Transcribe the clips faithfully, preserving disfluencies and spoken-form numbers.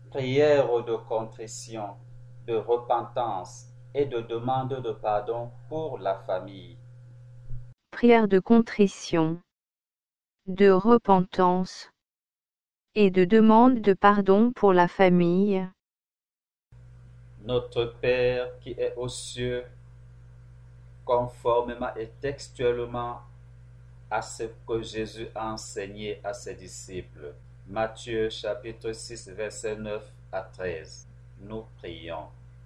Prière de contrition, de repentance et de demande de pardon pour la famille. Prière de contrition, de repentance et de demande de pardon pour la famille. Notre Père qui est aux cieux, conformément et textuellement à ce que Jésus a enseigné à ses disciples. Matthieu chapitre six, versets neuf à treize. Nous prions.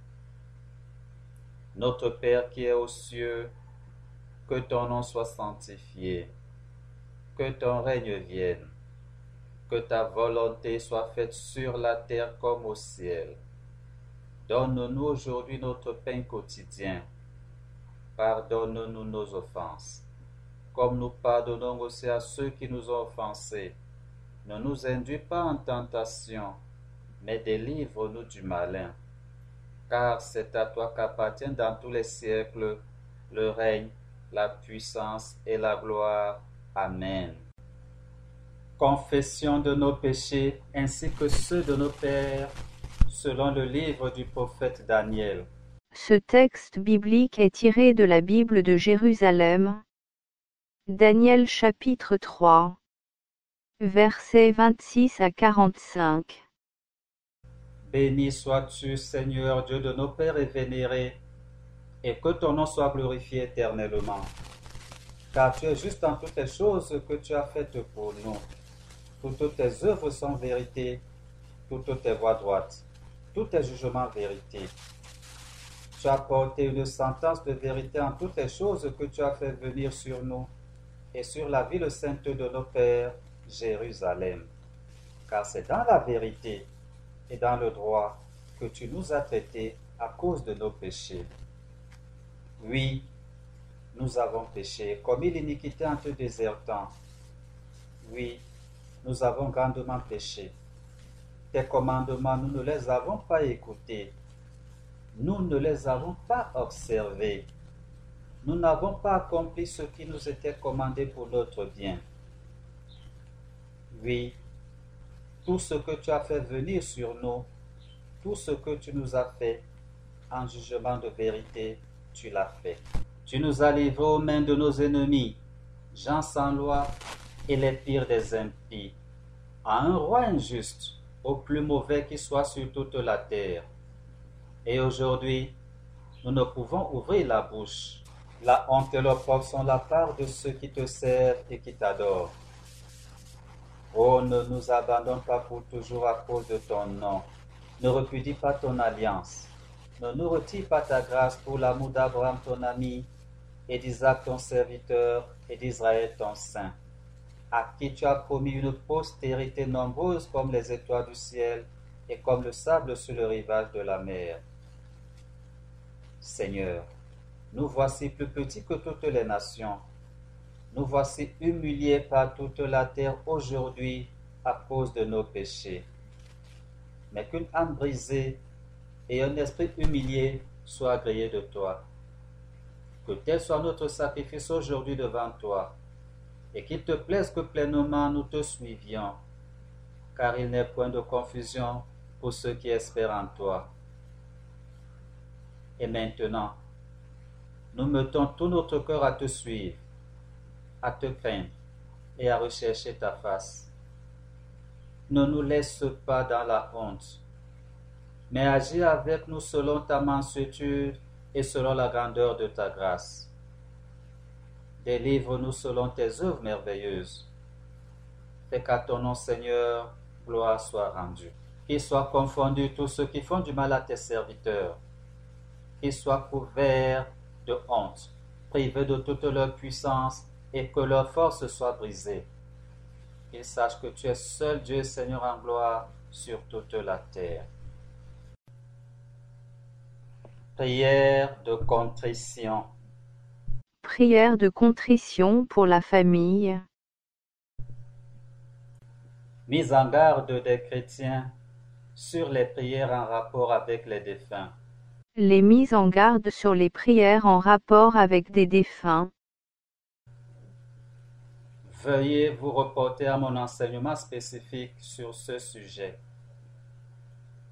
Notre Père qui est aux cieux, que ton nom soit sanctifié, que ton règne vienne, que ta volonté soit faite sur la terre comme au ciel. Donne-nous aujourd'hui notre pain quotidien. Pardonne-nous nos offenses, comme nous pardonnons aussi à ceux qui nous ont offensés. Ne nous induis pas en tentation, mais délivre-nous du malin. Car c'est à toi qu'appartiennent dans tous les siècles le règne, la puissance et la gloire. Amen. Confession de nos péchés ainsi que ceux de nos pères, selon le livre du prophète Daniel. Ce texte biblique est tiré de la Bible de Jérusalem. Daniel chapitre trois, versets vingt-six à quarante-cinq. Béni sois-tu, Seigneur Dieu de nos pères et vénéré, et que ton nom soit glorifié éternellement. Car tu es juste en toutes les choses que tu as faites pour nous. Toutes tes œuvres sont vérité, toutes tes voies droites, tous tes jugements vérité. Tu as porté une sentence de vérité en toutes les choses que tu as fait venir sur nous et sur la ville sainte de nos pères, Jérusalem. Car c'est dans la vérité et dans le droit que tu nous as traités à cause de nos péchés. Oui, nous avons péché, commis l'iniquité en te désertant. Oui, nous avons grandement péché. Tes commandements, nous ne les avons pas écoutés. Nous ne les avons pas observés. Nous n'avons pas accompli ce qui nous était commandé pour notre bien. Oui, tout ce que tu as fait venir sur nous, tout ce que tu nous as fait en jugement de vérité, tu l'as fait. Tu nous as livrés aux mains de nos ennemis, gens sans loi et les pires des impies, à un roi injuste, au plus mauvais qui soit sur toute la terre. Et aujourd'hui, nous ne pouvons ouvrir la bouche. La honte et l'opprobre sont la part de ceux qui te servent et qui t'adorent. Oh, ne nous abandonne pas pour toujours à cause de ton nom. Ne repudie pas ton alliance. Ne nous retire pas ta grâce pour l'amour d'Abraham ton ami, et d'Isaac ton serviteur, et d'Israël ton saint, à qui tu as promis une postérité nombreuse comme les étoiles du ciel et comme le sable sur le rivage de la mer. Seigneur, nous voici plus petits que toutes les nations. Nous voici humiliés par toute la terre aujourd'hui à cause de nos péchés. Mais qu'une âme brisée et un esprit humilié soient agréés de toi. Que tel soit notre sacrifice aujourd'hui devant toi, et qu'il te plaise que pleinement nous te suivions, car il n'est point de confusion pour ceux qui espèrent en toi. Et maintenant, nous mettons tout notre cœur à te suivre, à te craindre et à rechercher ta face. Ne nous laisse pas dans la honte, mais agis avec nous selon ta mansuétude et selon la grandeur de ta grâce. Délivre-nous selon tes œuvres merveilleuses. Fais qu'à ton nom, Seigneur, gloire soit rendue. Qu'ils soient confondus tous ceux qui font du mal à tes serviteurs. Qu'ils soient couverts de honte, privés de toute leur puissance, et que leur force soit brisée. Qu'ils sachent que tu es seul Dieu et Seigneur en gloire sur toute la terre. Prière de contrition. Prière de contrition pour la famille. Mise en garde des chrétiens sur les prières en rapport avec les défunts. Les mises en garde sur les prières en rapport avec des défunts. Veuillez vous reporter à mon enseignement spécifique sur ce sujet.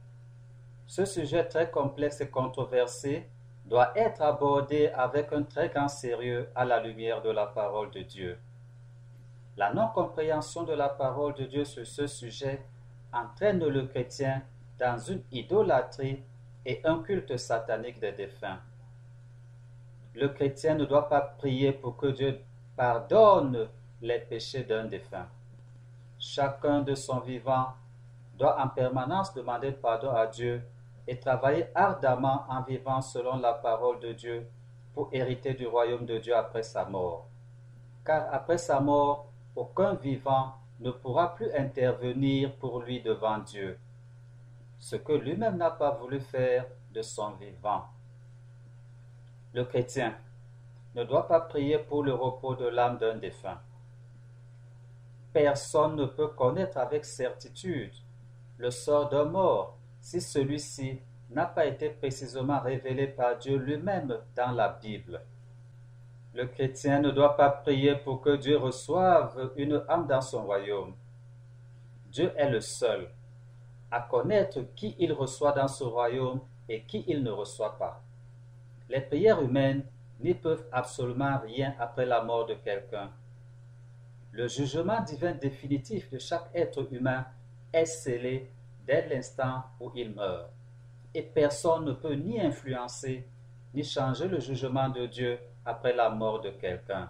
Ce sujet très complexe et controversé doit être abordé avec un très grand sérieux à la lumière de la parole de Dieu. La non-compréhension de la parole de Dieu sur ce sujet entraîne le chrétien dans une idolâtrie et un culte satanique des défunts. Le chrétien ne doit pas prier pour que Dieu pardonne les péchés d'un défunt. Chacun de son vivant doit en permanence demander pardon à Dieu et travailler ardemment en vivant selon la parole de Dieu pour hériter du royaume de Dieu après sa mort. Car après sa mort, aucun vivant ne pourra plus intervenir pour lui devant Dieu, ce que lui-même n'a pas voulu faire de son vivant. Le chrétien ne doit pas prier pour le repos de l'âme d'un défunt. Personne ne peut connaître avec certitude le sort d'un mort si celui-ci n'a pas été précisément révélé par Dieu lui-même dans la Bible. Le chrétien ne doit pas prier pour que Dieu reçoive une âme dans son royaume. Dieu est le seul à connaître qui il reçoit dans ce royaume et qui il ne reçoit pas. Les prières humaines n'y peuvent absolument rien après la mort de quelqu'un. Le jugement divin définitif de chaque être humain est scellé dès l'instant où il meurt. Et personne ne peut ni influencer, ni changer le jugement de Dieu après la mort de quelqu'un.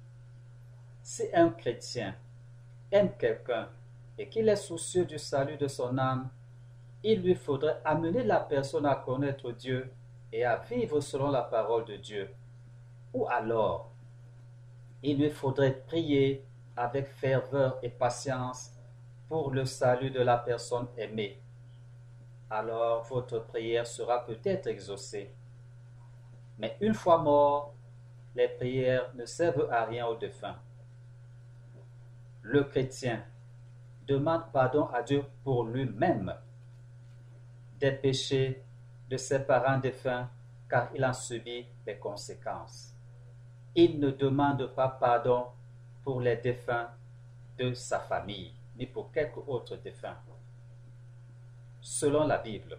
Si un chrétien aime quelqu'un et qu'il est soucieux du salut de son âme, il lui faudrait amener la personne à connaître Dieu et à vivre selon la parole de Dieu. Ou alors, il lui faudrait prier avec ferveur et patience pour le salut de la personne aimée. Alors votre prière sera peut-être exaucée. Mais une fois mort, les prières ne servent à rien aux défunts. Le chrétien demande pardon à Dieu pour lui-même des péchés de ses parents défunts, car il en subit les conséquences. Il ne demande pas pardon pour les défunts de sa famille, ni pour quelque autre défunt. Selon la Bible,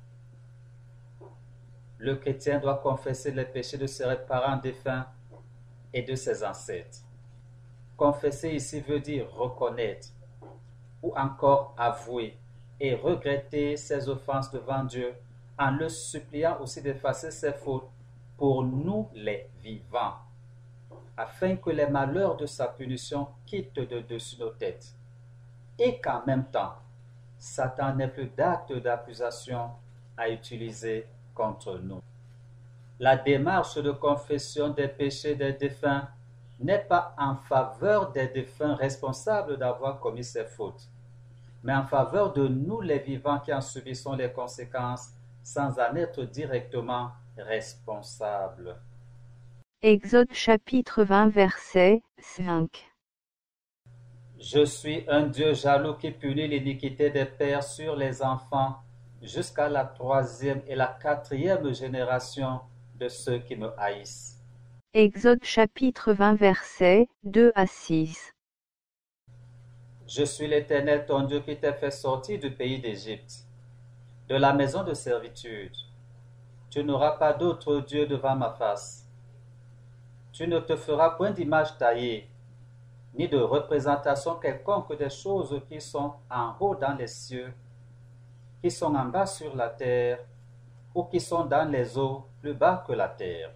le chrétien doit confesser les péchés de ses parents défunts et de ses ancêtres. Confesser ici veut dire reconnaître, ou encore avouer et regretter ses offenses devant Dieu, en le suppliant aussi d'effacer ses fautes pour nous les vivants, afin que les malheurs de sa punition quittent de dessus nos têtes, et qu'en même temps, Satan n'ait plus d'acte d'accusation à utiliser contre nous. La démarche de confession des péchés des défunts n'est pas en faveur des défunts responsables d'avoir commis ces fautes, mais en faveur de nous les vivants qui en subissons les conséquences sans en être directement responsables. Exode chapitre vingt verset cinq. Je suis un Dieu jaloux qui punit l'iniquité des pères sur les enfants jusqu'à la troisième et la quatrième génération de ceux qui me haïssent. Exode chapitre vingt versets deux à six. Je suis l'Éternel ton Dieu qui t'a fait sortir du pays d'Égypte, de la maison de servitude. Tu n'auras pas d'autre Dieu devant ma face. Tu ne te feras point d'image taillée, ni de représentation quelconque des choses qui sont en haut dans les cieux, qui sont en bas sur la terre, ou qui sont dans les eaux plus bas que la terre.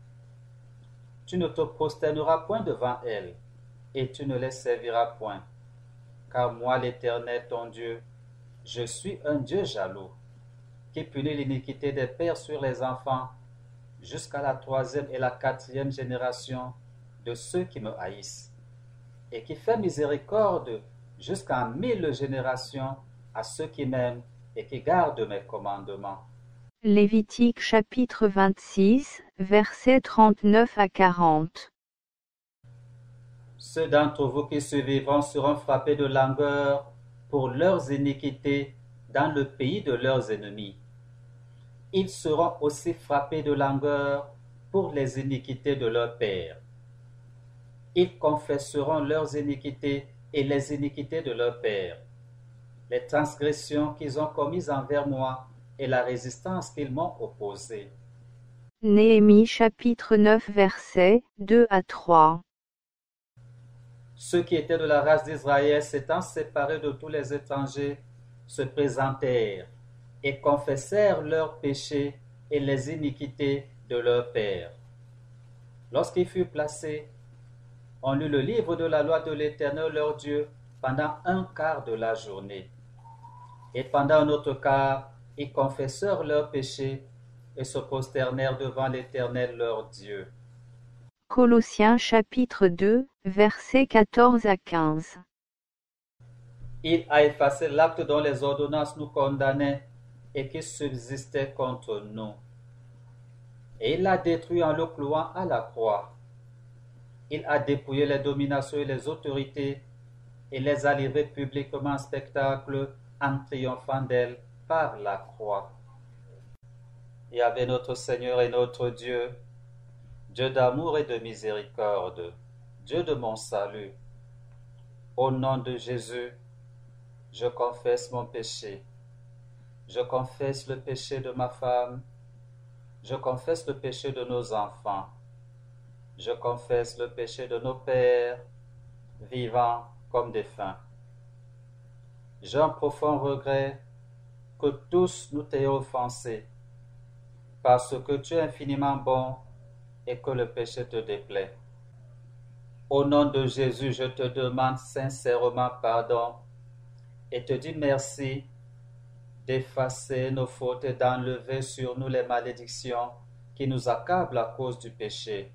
Tu ne te prosterneras point devant elles, et tu ne les serviras point. Car moi, l'Éternel, ton Dieu, je suis un Dieu jaloux, qui punit l'iniquité des pères sur les enfants, jusqu'à la troisième et la quatrième génération de ceux qui me haïssent, et qui fait miséricorde jusqu'à mille générations à ceux qui m'aiment et qui gardent mes commandements. Lévitique chapitre vingt-six, versets trente-neuf à quarante. Ceux d'entre vous qui survivront seront frappés de langueur pour leurs iniquités dans le pays de leurs ennemis. Ils seront aussi frappés de langueur pour les iniquités de leurs pères. Ils confesseront leurs iniquités et les iniquités de leurs pères, les transgressions qu'ils ont commises envers moi et la résistance qu'ils m'ont opposée. Néhémie chapitre neuf versets deux à trois. Ceux qui étaient de la race d'Israël, s'étant séparés de tous les étrangers, se présentèrent et confessèrent leurs péchés et les iniquités de leurs pères. Lorsqu'ils furent placés, on lut le livre de la loi de l'Éternel leur Dieu pendant un quart de la journée. Et pendant un autre quart, ils confessèrent leurs péchés et se prosternèrent devant l'Éternel leur Dieu. Colossiens chapitre deux, versets quatorze à quinze. Il a effacé l'acte dont les ordonnances nous condamnaient et qui subsistait contre nous. Et il l'a détruit en le clouant à la croix. Il a dépouillé les dominations et les autorités et les a livrées publiquement en spectacle en triomphant d'elles par la croix. Yahvé notre Seigneur et notre Dieu, Dieu d'amour et de miséricorde, Dieu de mon salut, au nom de Jésus, je confesse mon péché. Je confesse le péché de ma femme. Je confesse le péché de nos enfants. Je confesse le péché de nos pères, vivants comme défunts. J'ai un profond regret que tous nous t'ayons offensés, parce que tu es infiniment bon et que le péché te déplaît. Au nom de Jésus, je te demande sincèrement pardon et te dis merci d'effacer nos fautes et d'enlever sur nous les malédictions qui nous accablent à cause du péché.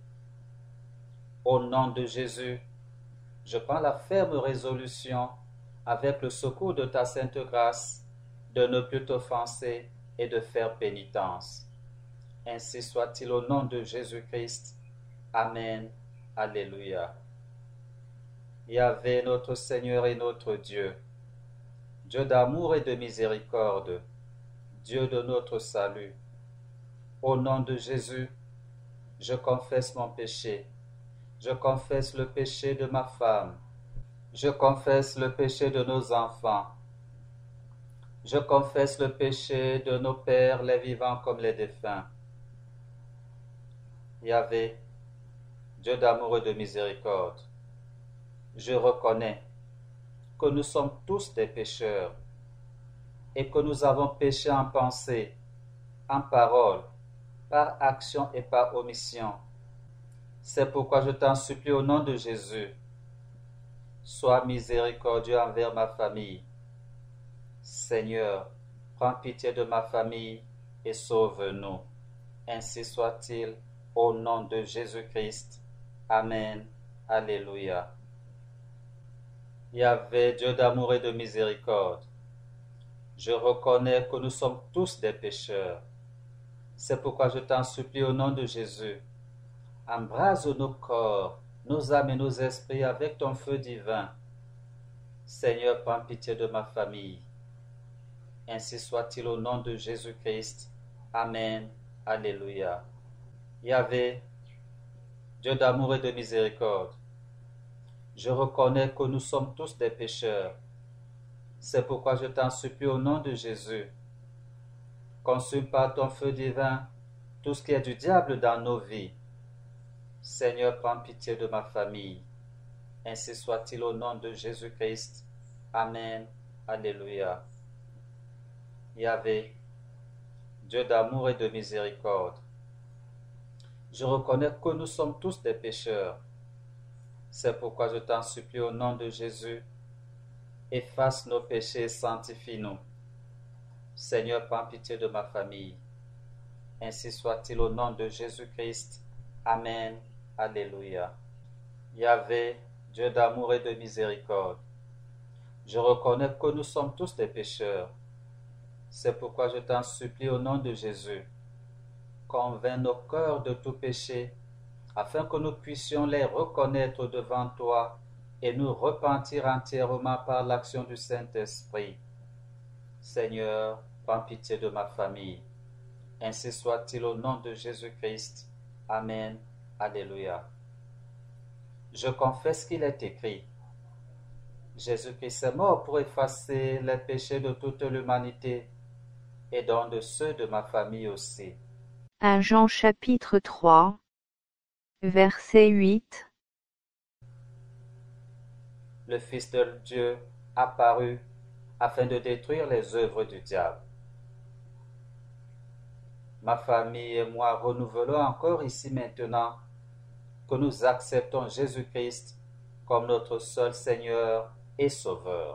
Au nom de Jésus, je prends la ferme résolution, avec le secours de ta sainte grâce, de ne plus t'offenser et de faire pénitence. Ainsi soit-il au nom de Jésus-Christ. Amen. Alléluia. Yahvé, notre Seigneur et notre Dieu, Dieu d'amour et de miséricorde, Dieu de notre salut, au nom de Jésus, je confesse mon péché. Je confesse le péché de ma femme. Je confesse le péché de nos enfants. Je confesse le péché de nos pères, les vivants comme les défunts. Yahvé, Dieu d'amour et de miséricorde, je reconnais que nous sommes tous des pécheurs et que nous avons péché en pensée, en parole, par action et par omission. C'est pourquoi je t'en supplie au nom de Jésus, sois miséricordieux envers ma famille. Seigneur, prends pitié de ma famille et sauve-nous. Ainsi soit-il, au nom de Jésus-Christ. Amen. Alléluia. Yahvé, Dieu d'amour et de miséricorde, je reconnais que nous sommes tous des pécheurs. C'est pourquoi je t'en supplie au nom de Jésus. Embrase nos corps, nos âmes et nos esprits avec ton feu divin. Seigneur, prends pitié de ma famille. Ainsi soit-il au nom de Jésus-Christ. Amen. Alléluia. Yahvé, Dieu d'amour et de miséricorde, je reconnais que nous sommes tous des pécheurs. C'est pourquoi je t'en supplie au nom de Jésus. Consume par ton feu divin tout ce qui est du diable dans nos vies. Seigneur, prends pitié de ma famille. Ainsi soit-il au nom de Jésus-Christ. Amen. Alléluia. Yahvé, Dieu d'amour et de miséricorde, je reconnais que nous sommes tous des pécheurs. C'est pourquoi je t'en supplie au nom de Jésus. Efface nos péchés et sanctifie-nous. Seigneur, prends pitié de ma famille. Ainsi soit-il au nom de Jésus-Christ. Amen. Alléluia. Yahvé, Dieu d'amour et de miséricorde, je reconnais que nous sommes tous des pécheurs. C'est pourquoi je t'en supplie au nom de Jésus. Convainc nos cœurs de tout péché, afin que nous puissions les reconnaître devant toi et nous repentir entièrement par l'action du Saint-Esprit. Seigneur, prends pitié de ma famille. Ainsi soit-il au nom de Jésus-Christ. Amen. Alléluia. Je confesse qu'il est écrit: Jésus-Christ est mort pour effacer les péchés de toute l'humanité, et dans de ceux de ma famille aussi. un Jean chapitre trois, verset huit. Le Fils de Dieu apparut afin de détruire les œuvres du diable. Ma famille et moi renouvelons encore ici maintenant que nous acceptons Jésus-Christ comme notre seul Seigneur et Sauveur.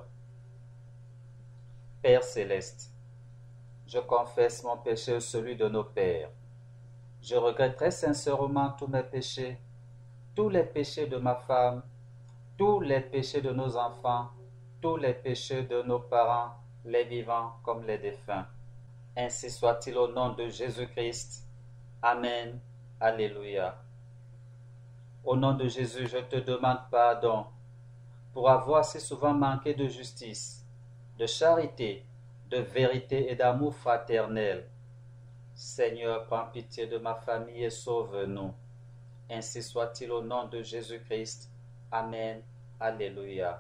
Père céleste, je confesse mon péché et celui de nos pères. Je regrette très sincèrement tous mes péchés, tous les péchés de ma femme, tous les péchés de nos enfants, tous les péchés de nos parents, les vivants comme les défunts. Ainsi soit-il au nom de Jésus-Christ. Amen. Alléluia. Au nom de Jésus, je te demande pardon pour avoir si souvent manqué de justice, de charité, de vérité et d'amour fraternel. Seigneur, prends pitié de ma famille et sauve-nous. Ainsi soit-il au nom de Jésus-Christ. Amen. Alléluia.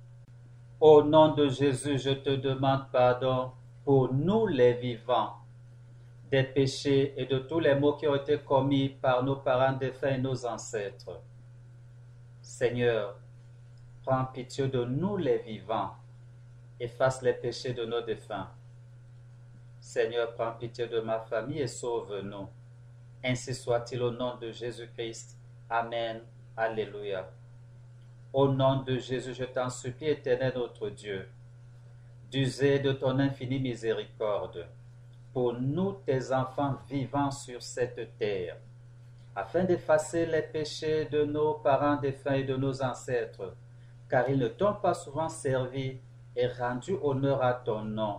Au nom de Jésus, je te demande pardon pour nous les vivants, des péchés et de tous les maux qui ont été commis par nos parents défunts et nos ancêtres. Seigneur, prends pitié de nous les vivants, efface les péchés de nos défunts. Seigneur, prends pitié de ma famille et sauve-nous. Ainsi soit-il au nom de Jésus-Christ. Amen. Alléluia. Au nom de Jésus, je t'en supplie, éternel notre Dieu, d'user de ton infinie miséricorde pour nous, tes enfants vivants sur cette terre, afin d'effacer les péchés de nos parents défunts et de nos ancêtres, car ils ne t'ont pas souvent servi et rendu honneur à ton nom.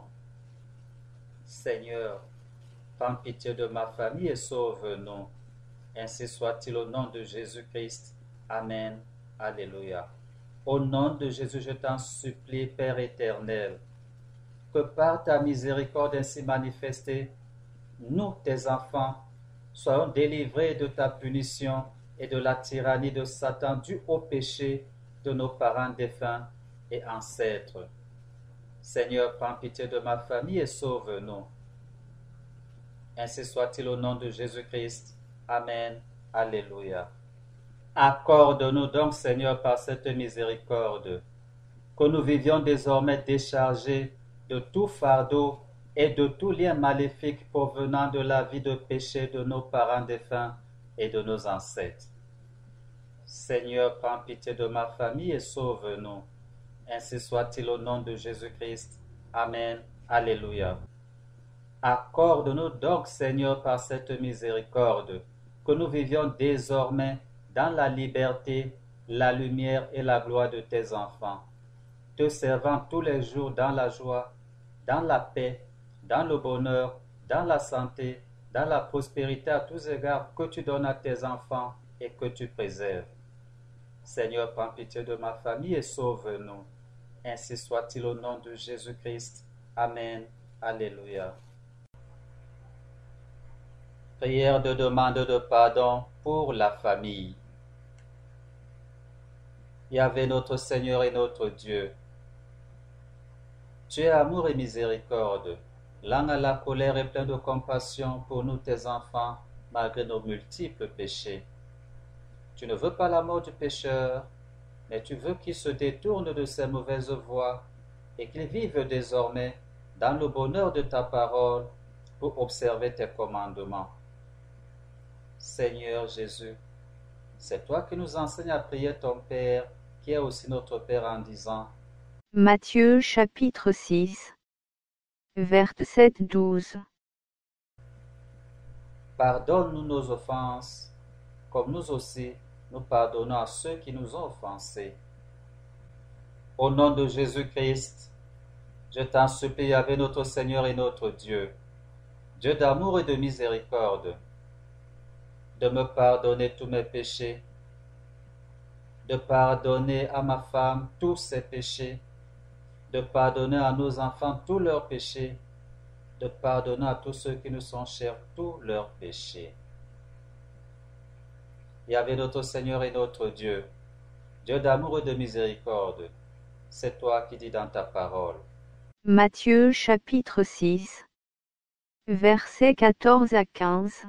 Seigneur, prends pitié de ma famille et sauve-nous. Ainsi soit-il au nom de Jésus-Christ. Amen. Alléluia. Au nom de Jésus, je t'en supplie, Père éternel, que par ta miséricorde ainsi manifestée, nous, tes enfants, soyons délivrés de ta punition et de la tyrannie de Satan due au péché de nos parents défunts et ancêtres. Seigneur, prends pitié de ma famille et sauve-nous. Ainsi soit-il au nom de Jésus-Christ. Amen. Alléluia. Accorde-nous donc, Seigneur, par cette miséricorde, que nous vivions désormais déchargés de tout fardeau et de tout lien maléfique provenant de la vie de péché de nos parents défunts et de nos ancêtres. Seigneur, prends pitié de ma famille et sauve-nous. Ainsi soit-il au nom de Jésus-Christ. Amen. Alléluia. Accorde-nous donc, Seigneur, par cette miséricorde, que nous vivions désormais dans la liberté, la lumière et la gloire de tes enfants, te servant tous les jours dans la joie, dans la paix, dans le bonheur, dans la santé, dans la prospérité à tous égards que tu donnes à tes enfants et que tu préserves. Seigneur, prends pitié de ma famille et sauve-nous. Ainsi soit-il au nom de Jésus-Christ. Amen. Alléluia. Prière de demande de pardon pour la famille. Yahvé notre Seigneur et notre Dieu, tu es amour et miséricorde, lent à la colère et plein de compassion pour nous tes enfants, malgré nos multiples péchés. Tu ne veux pas la mort du pécheur, mais tu veux qu'il se détourne de ses mauvaises voies et qu'il vive désormais dans le bonheur de ta parole pour observer tes commandements. Seigneur Jésus, c'est toi qui nous enseignes à prier ton Père, qui est aussi notre Père, en disant: Matthieu chapitre six, verset douze. Pardonne-nous nos offenses, comme nous aussi nous pardonnons à ceux qui nous ont offensés. Au nom de Jésus-Christ, je t'en supplie, avec notre Seigneur et notre Dieu, Dieu d'amour et de miséricorde, de me pardonner tous mes péchés, de pardonner à ma femme tous ses péchés, de pardonner à nos enfants tous leurs péchés, de pardonner à tous ceux qui nous sont chers tous leurs péchés. Yahvé notre Seigneur et notre Dieu, Dieu d'amour et de miséricorde, c'est toi qui dis dans ta parole. Matthieu chapitre six, Versets quatorze à quinze.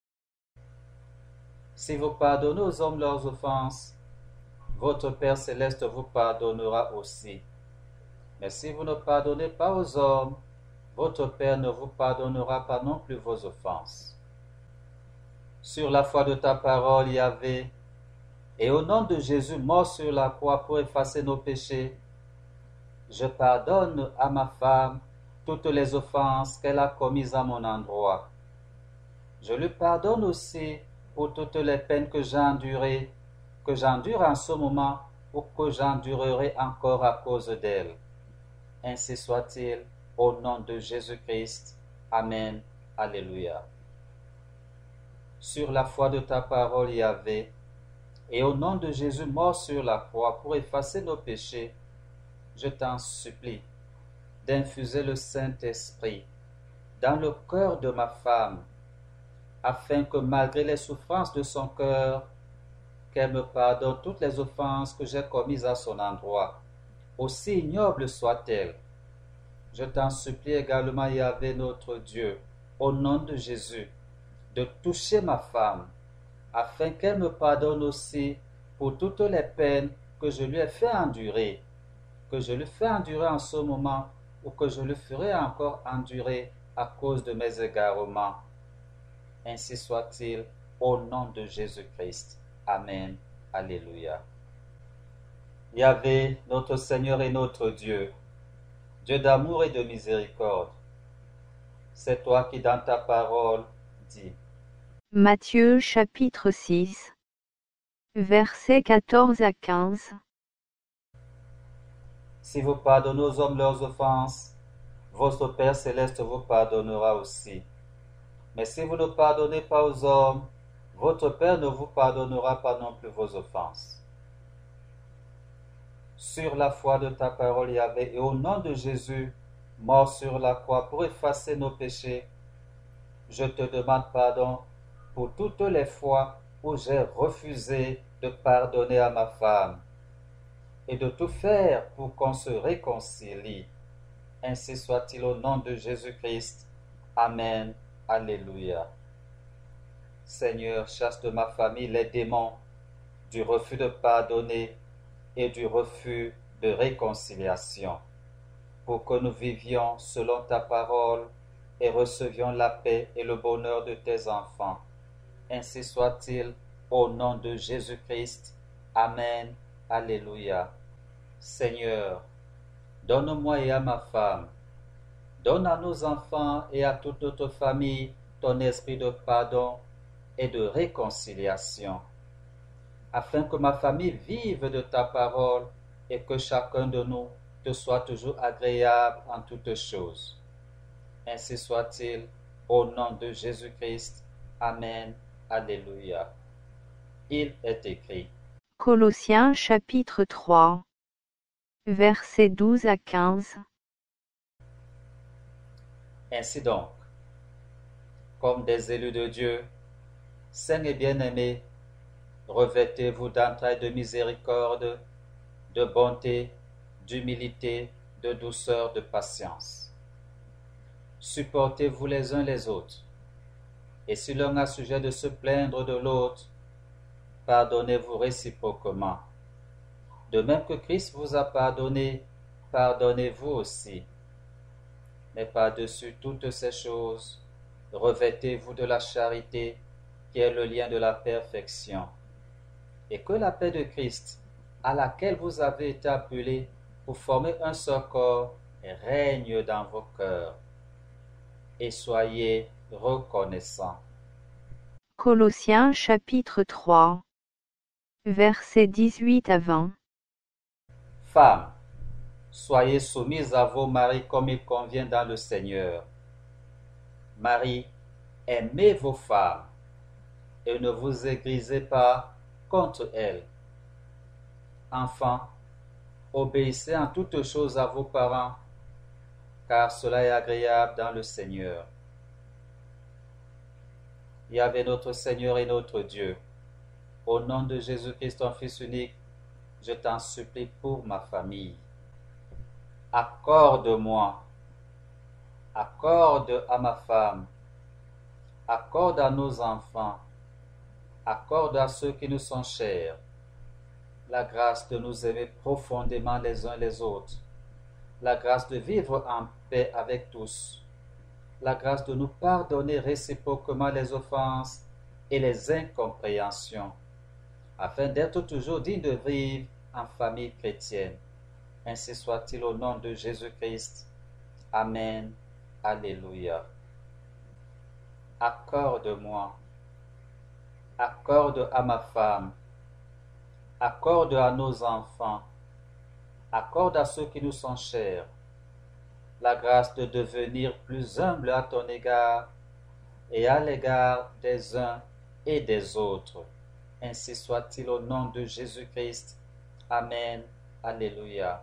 Si vous pardonnez aux hommes leurs offenses, votre Père céleste vous pardonnera aussi. Mais si vous ne pardonnez pas aux hommes, votre Père ne vous pardonnera pas non plus vos offenses. Sur la foi de ta parole, Yahvé, et au nom de Jésus mort sur la croix pour effacer nos péchés, je pardonne à ma femme toutes les offenses qu'elle a commises à mon endroit. Je lui pardonne aussi pour toutes les peines que j'ai endurées, que j'endure en ce moment ou que j'endurerai encore à cause d'elle. Ainsi soit-il, au nom de Jésus-Christ. Amen. Alléluia. Sur la foi de ta parole, Yahvé, et au nom de Jésus mort sur la croix pour effacer nos péchés, je t'en supplie d'infuser le Saint-Esprit dans le cœur de ma femme, afin que malgré les souffrances de son cœur, qu'elle me pardonne toutes les offenses que j'ai commises à son endroit, aussi ignobles soient-elles. Je t'en supplie également, Yahvé notre Dieu, au nom de Jésus, de toucher ma femme, afin qu'elle me pardonne aussi pour toutes les peines que je lui ai fait endurer, que je lui fais endurer en ce moment ou que je lui ferai encore endurer à cause de mes égarements. Ainsi soit-il, au nom de Jésus-Christ. Amen. Alléluia. Yahvé, notre Seigneur et notre Dieu, Dieu d'amour et de miséricorde, c'est toi qui dans ta parole dis. Matthieu chapitre six, versets quatorze à quinze. Si vous pardonnez aux hommes leurs offenses, votre Père céleste vous pardonnera aussi. Mais si vous ne pardonnez pas aux hommes, votre Père ne vous pardonnera pas non plus vos offenses. Sur la foi de ta parole, Yahvé, et au nom de Jésus, mort sur la croix pour effacer nos péchés, je te demande pardon pour toutes les fois où j'ai refusé de pardonner à ma femme et de tout faire pour qu'on se réconcilie. Ainsi soit-il au nom de Jésus-Christ. Amen. Alléluia. Seigneur, chasse de ma famille les démons du refus de pardonner et du refus de réconciliation, pour que nous vivions selon ta parole et recevions la paix et le bonheur de tes enfants. Ainsi soit-il, au nom de Jésus-Christ. Amen. Alléluia. Seigneur, donne-moi et à ma femme, donne à nos enfants et à toute notre famille ton esprit de pardon et de réconciliation, afin que ma famille vive de ta parole et que chacun de nous te soit toujours agréable en toutes choses. Ainsi soit-il, au nom de Jésus-Christ. Amen. Alléluia. Il est écrit. Colossiens chapitre trois, versets douze à quinze. Ainsi donc, comme des élus de Dieu, saints et bien-aimés, revêtez-vous d'entrailles de miséricorde, de bonté, d'humilité, de douceur, de patience. Supportez-vous les uns les autres, et si l'un a sujet de se plaindre de l'autre, pardonnez-vous réciproquement. De même que Christ vous a pardonné, pardonnez-vous aussi. Mais par-dessus toutes ces choses, revêtez-vous de la charité, qui est le lien de la perfection. Et que la paix de Christ, à laquelle vous avez été appelés pour former un seul corps, règne dans vos cœurs. Et soyez reconnaissants. Colossiens chapitre trois, versets dix-huit à vingt. Femmes, soyez soumises à vos maris comme il convient dans le Seigneur. Maris, aimez vos femmes et ne vous aigrisez pas contre elles. Enfants, obéissez en toutes choses à vos parents, car cela est agréable dans le Seigneur. Yahvé notre Seigneur et notre Dieu, au nom de Jésus-Christ, ton Fils unique, je t'en supplie pour ma famille. Accorde-moi Accorde à ma femme, accorde à nos enfants, accorde à ceux qui nous sont chers, la grâce de nous aimer profondément les uns les autres, la grâce de vivre en paix avec tous, la grâce de nous pardonner réciproquement les offenses et les incompréhensions, afin d'être toujours dignes de vivre en famille chrétienne. Ainsi soit-il au nom de Jésus-Christ. Amen. Alléluia. Accorde-moi, accorde à ma femme, accorde à nos enfants, accorde à ceux qui nous sont chers, la grâce de devenir plus humble à ton égard et à l'égard des uns et des autres. Ainsi soit-il au nom de Jésus-Christ. Amen. Alléluia.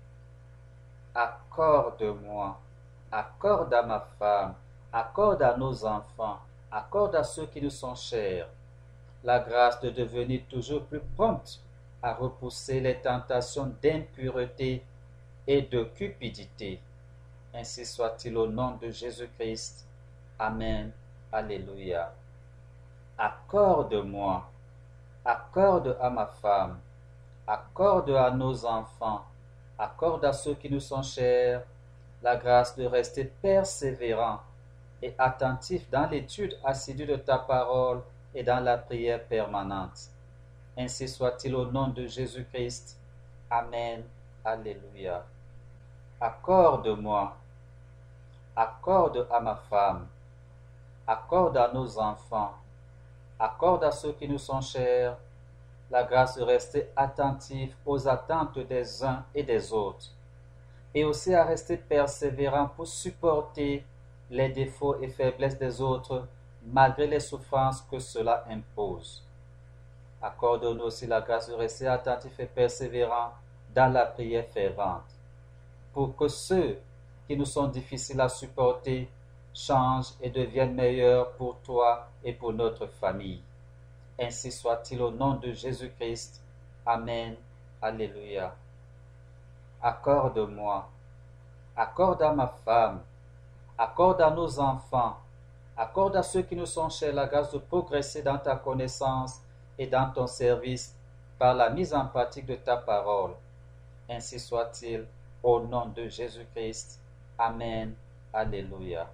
Accorde-moi, accorde à ma femme, accorde à nos enfants, accorde à ceux qui nous sont chers, la grâce de devenir toujours plus prompte à repousser les tentations d'impureté et de cupidité. Ainsi soit-il au nom de Jésus-Christ. Amen. Alléluia. Accorde-moi, accorde à ma femme, accorde à nos enfants, accorde à ceux qui nous sont chers, la grâce de rester persévérant et attentif dans l'étude assidue de ta parole et dans la prière permanente. Ainsi soit-il au nom de Jésus-Christ. Amen. Alléluia. Accorde-moi, accorde à ma femme, accorde à nos enfants, accorde à ceux qui nous sont chers, la grâce de rester attentif aux attentes des uns et des autres, et aussi à rester persévérant pour supporter les défauts et faiblesses des autres, malgré les souffrances que cela impose. Accorde-nous aussi la grâce de rester attentif et persévérant dans la prière fervente, pour que ceux qui nous sont difficiles à supporter changent et deviennent meilleurs pour toi et pour notre famille. Ainsi soit-il au nom de Jésus-Christ. Amen. Alléluia. Accorde-moi, accorde à ma femme, accorde à nos enfants, accorde à ceux qui nous sont chers la grâce de progresser dans ta connaissance et dans ton service par la mise en pratique de ta parole. Ainsi soit-il au nom de Jésus-Christ. Amen. Alléluia.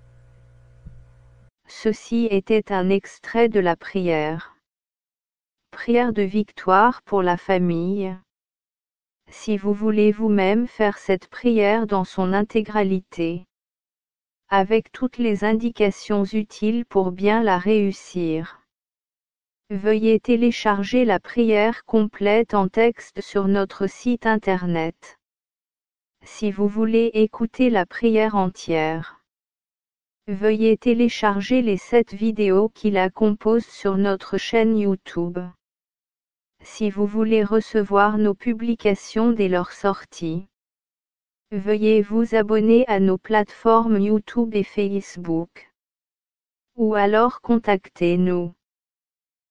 Ceci était un extrait de la prière. Prière de victoire pour la famille. Si vous voulez vous-même faire cette prière dans son intégralité, avec toutes les indications utiles pour bien la réussir, veuillez télécharger la prière complète en texte sur notre site internet. Si vous voulez écouter la prière entière, veuillez télécharger les sept vidéos qui la composent sur notre chaîne YouTube. Si vous voulez recevoir nos publications dès leur sortie, veuillez vous abonner à nos plateformes YouTube et Facebook. Ou alors contactez-nous.